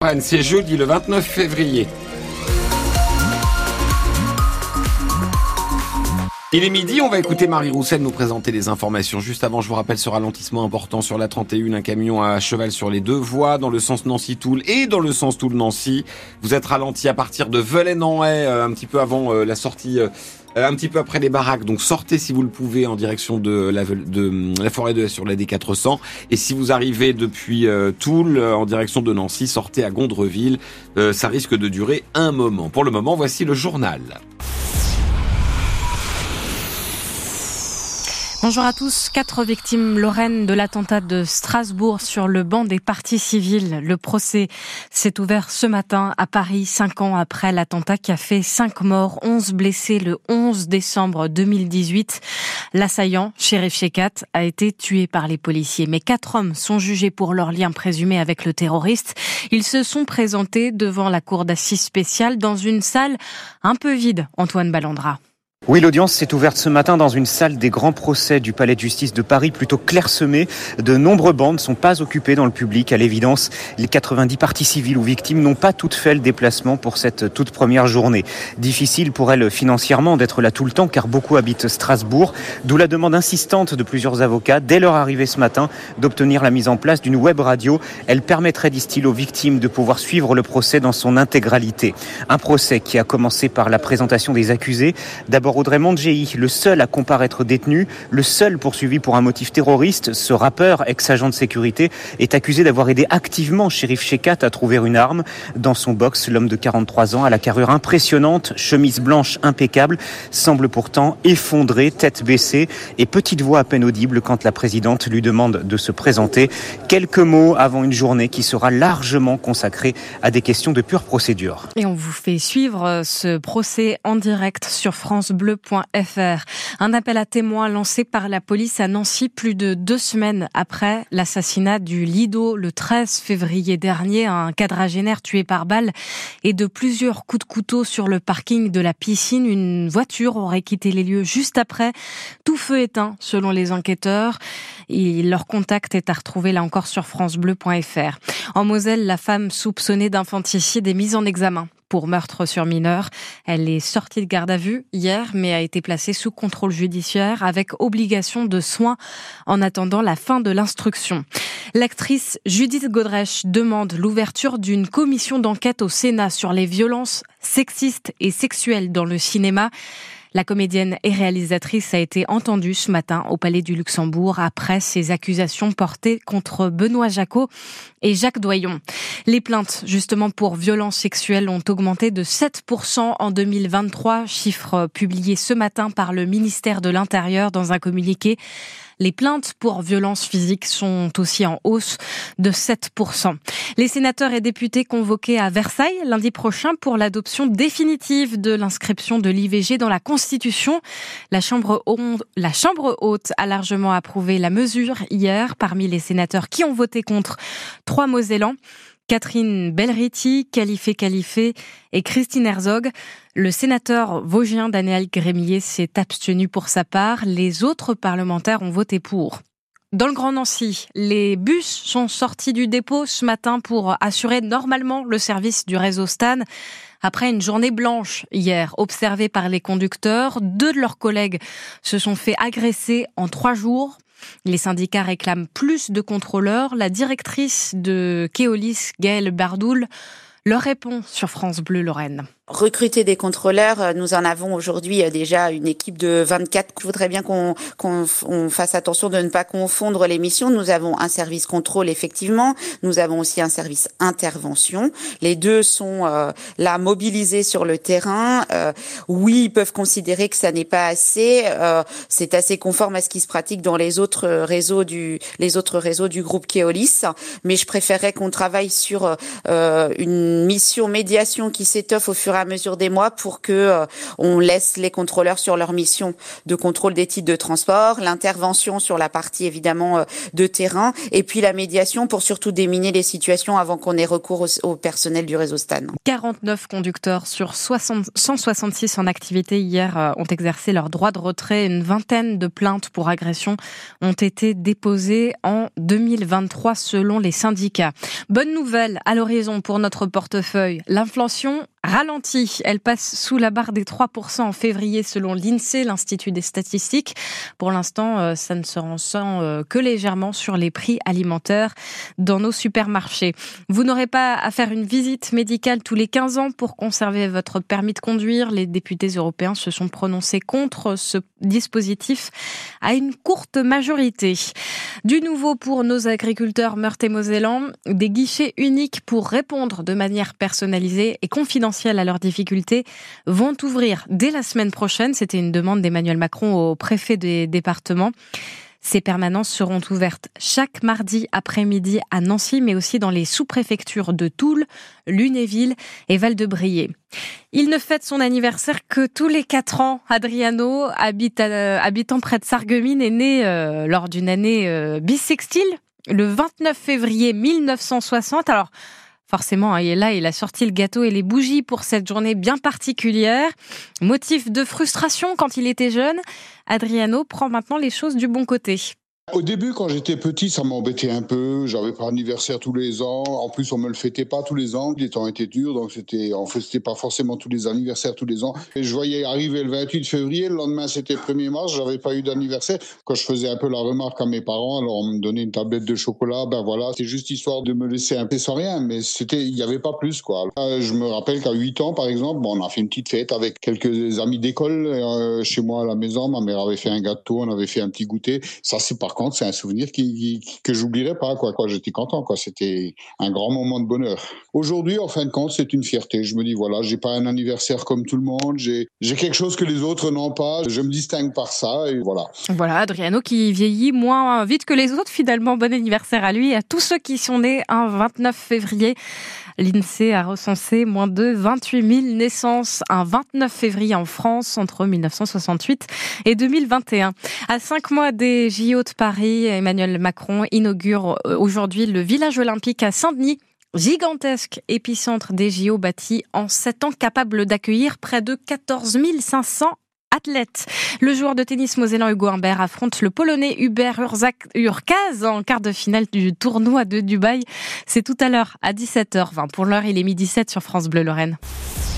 Lorraine, c'est jeudi le 29 février. Il est midi, on va écouter Marie Roussel nous présenter les informations. Juste avant, je vous rappelle ce ralentissement important sur la 31, un camion à cheval sur les deux voies, dans le sens Nancy-Toul et dans le sens Toul-Nancy. Vous êtes ralenti à partir de Velaine-en-Haye, un petit peu avant la sortie, un petit peu après les baraques. Donc sortez si vous le pouvez en direction de la forêt de Haye sur la D400. Et si vous arrivez depuis Toul en direction de Nancy, sortez à Gondreville. Ça risque de durer un moment. Pour le moment, voici le journal. Bonjour à tous. 4 victimes lorraines de l'attentat de Strasbourg sur le banc des parties civiles. Le procès s'est ouvert ce matin à Paris, 5 ans après l'attentat qui a fait 5 morts, 11 blessés le 11 décembre 2018. L'assaillant, Cherif Chekat, a été tué par les policiers. Mais 4 hommes sont jugés pour leur lien présumé avec le terroriste. Ils se sont présentés devant la cour d'assises spéciale dans une salle un peu vide. Antoine Ballandra. Oui, l'audience s'est ouverte ce matin dans une salle des grands procès du Palais de Justice de Paris, plutôt clairsemée. De nombreuses bancs ne sont pas occupés dans le public. À l'évidence, les 90 parties civiles ou victimes n'ont pas toutes fait le déplacement pour cette toute première journée. Difficile pour elles financièrement d'être là tout le temps, car beaucoup habitent Strasbourg. D'où la demande insistante de plusieurs avocats, dès leur arrivée ce matin, d'obtenir la mise en place d'une web radio. Elle permettrait, disent-ils, aux victimes de pouvoir suivre le procès dans son intégralité. Un procès qui a commencé par la présentation des accusés. D'abord Audrey Mondjei, le seul à comparaître détenu, le seul poursuivi pour un motif terroriste. Ce rappeur, ex-agent de sécurité, est accusé d'avoir aidé activement Cherif Chekat à trouver une arme. Dans son box, l'homme de 43 ans, à la carrure impressionnante, chemise blanche impeccable, semble pourtant effondré, tête baissée et petite voix à peine audible quand la présidente lui demande de se présenter. Quelques mots avant une journée qui sera largement consacrée à des questions de pure procédure. Et on vous fait suivre ce procès en direct sur francebleu.fr. Un appel à témoins lancé par la police à Nancy plus de 2 semaines après l'assassinat du Lido le 13 février dernier, un quadragénaire tué par balle et de plusieurs coups de couteau sur le parking de la piscine. Une voiture aurait quitté les lieux juste après. Tout feu éteint selon les enquêteurs. Et leur contact est à retrouver là encore sur francebleu.fr. En Moselle, la femme soupçonnée d'infanticide est mise en examen pour meurtre sur mineur. Elle est sortie de garde à vue hier, mais a été placée sous contrôle judiciaire avec obligation de soins en attendant la fin de l'instruction. L'actrice Judith Godrèche demande l'ouverture d'une commission d'enquête au Sénat sur les violences sexistes et sexuelles dans le cinéma. La comédienne et réalisatrice a été entendue ce matin au Palais du Luxembourg après ses accusations portées contre Benoît Jacot et Jacques Doyon. Les plaintes, justement, pour violences sexuelles ont augmenté de 7% en 2023, chiffre publié ce matin par le ministère de l'Intérieur dans un communiqué. Les plaintes pour violences physiques sont aussi en hausse de 7%. Les sénateurs et députés convoqués à Versailles lundi prochain pour l'adoption définitive de l'inscription de l'IVG dans la Constitution. La Chambre haute a largement approuvé la mesure hier. Parmi les sénateurs qui ont voté contre, 3 Mosellans. Catherine Belriti, Khalifé et Christine Herzog. Le sénateur vosgien Daniel Grémier s'est abstenu pour sa part. Les autres parlementaires ont voté pour. Dans le Grand Nancy, les bus sont sortis du dépôt ce matin pour assurer normalement le service du réseau Stan. Après une journée blanche hier, observée par les conducteurs, 2 de leurs collègues se sont fait agresser en 3 jours. Les syndicats réclament plus de contrôleurs. La directrice de Keolis, Gaëlle Bardoul, leur répond sur France Bleu Lorraine. Recruter des contrôleurs, nous en avons aujourd'hui déjà une équipe de 24. Je voudrais bien qu'on fasse attention de ne pas confondre les missions. Nous avons un service contrôle, effectivement. Nous avons aussi un service intervention. Les deux sont là mobilisés sur le terrain. Oui, ils peuvent considérer que ça n'est pas assez. C'est assez conforme à ce qui se pratique dans les autres réseaux du groupe Keolis. Mais je préférerais qu'on travaille sur une une mission médiation qui s'étoffe au fur et à mesure des mois pour que on laisse les contrôleurs sur leur mission de contrôle des titres de transport, l'intervention sur la partie évidemment de terrain, et puis la médiation pour surtout déminer les situations avant qu'on ait recours au personnel du réseau Stan. 49 conducteurs sur 166 en activité hier ont exercé leur droit de retrait. Une vingtaine de plaintes pour agression ont été déposées en 2023 selon les syndicats. Bonne nouvelle à l'horizon pour notre portefeuille. L'inflation ralentit. Elle passe sous la barre des 3% en février selon l'INSEE, l'Institut des statistiques. Pour l'instant, ça ne se ressent que légèrement sur les prix alimentaires dans nos supermarchés. Vous n'aurez pas à faire une visite médicale tous les 15 ans pour conserver votre permis de conduire. Les députés européens se sont prononcés contre ce dispositif à une courte majorité. Du nouveau pour nos agriculteurs meurthe-et-mosellans, des guichets uniques pour répondre de manière personnalisée et confidentielle à leurs difficultés vont ouvrir dès la semaine prochaine. C'était une demande d'Emmanuel Macron au préfet des départements. Ces permanences seront ouvertes chaque mardi après-midi à Nancy, mais aussi dans les sous-préfectures de Toul, Lunéville et Val-de-Briey. Il ne fête son anniversaire que tous les 4 ans. Adriano, habitant près de Sarreguemines, est né lors d'une année bissextile, le 29 février 1960. Alors, forcément, il a sorti le gâteau et les bougies pour cette journée bien particulière. Motif de frustration quand il était jeune, Adriano prend maintenant les choses du bon côté. Au début, quand j'étais petit, ça m'embêtait un peu. J'avais pas d'anniversaire tous les ans. En plus, on me le fêtait pas tous les ans. Les temps étaient durs, donc on fêtait pas forcément tous les anniversaires tous les ans. Et je voyais arriver le 28 février. Le lendemain, c'était le 1er mars. J'avais pas eu d'anniversaire. Quand je faisais un peu la remarque à mes parents, alors on me donnait une tablette de chocolat. Ben voilà, c'était juste histoire de me laisser un peu sans rien. Mais il y avait pas plus, quoi. Je me rappelle qu'à 8 ans, par exemple, on a fait une petite fête avec quelques amis d'école. Chez moi, à la maison, ma mère avait fait un gâteau. On avait fait un petit goûter. Ça, c'est un souvenir que j'oublierai pas, quoi. J'étais content, quoi. C'était un grand moment de bonheur. Aujourd'hui, en fin de compte, c'est une fierté. Je me dis, voilà, j'ai pas un anniversaire comme tout le monde. J'ai quelque chose que les autres n'ont pas. Je me distingue par ça, et voilà. Voilà, Adriano qui vieillit moins vite que les autres, finalement. Bon anniversaire à lui et à tous ceux qui sont nés un 29 février. L'INSEE a recensé moins de 28 000 naissances un 29 février en France entre 1968 et 2021. À 5 mois des JO de Paris, Emmanuel Macron inaugure aujourd'hui le village olympique à Saint-Denis. Gigantesque épicentre des JO bâti en 7 ans, capable d'accueillir près de 14 500 athlète. Le joueur de tennis mosellan Hugo Humbert affronte le Polonais Hubert Hurkacz en quart de finale du tournoi de Dubaï. C'est tout à l'heure à 17h20. Pour l'heure, il est 12h17 sur France Bleu Lorraine.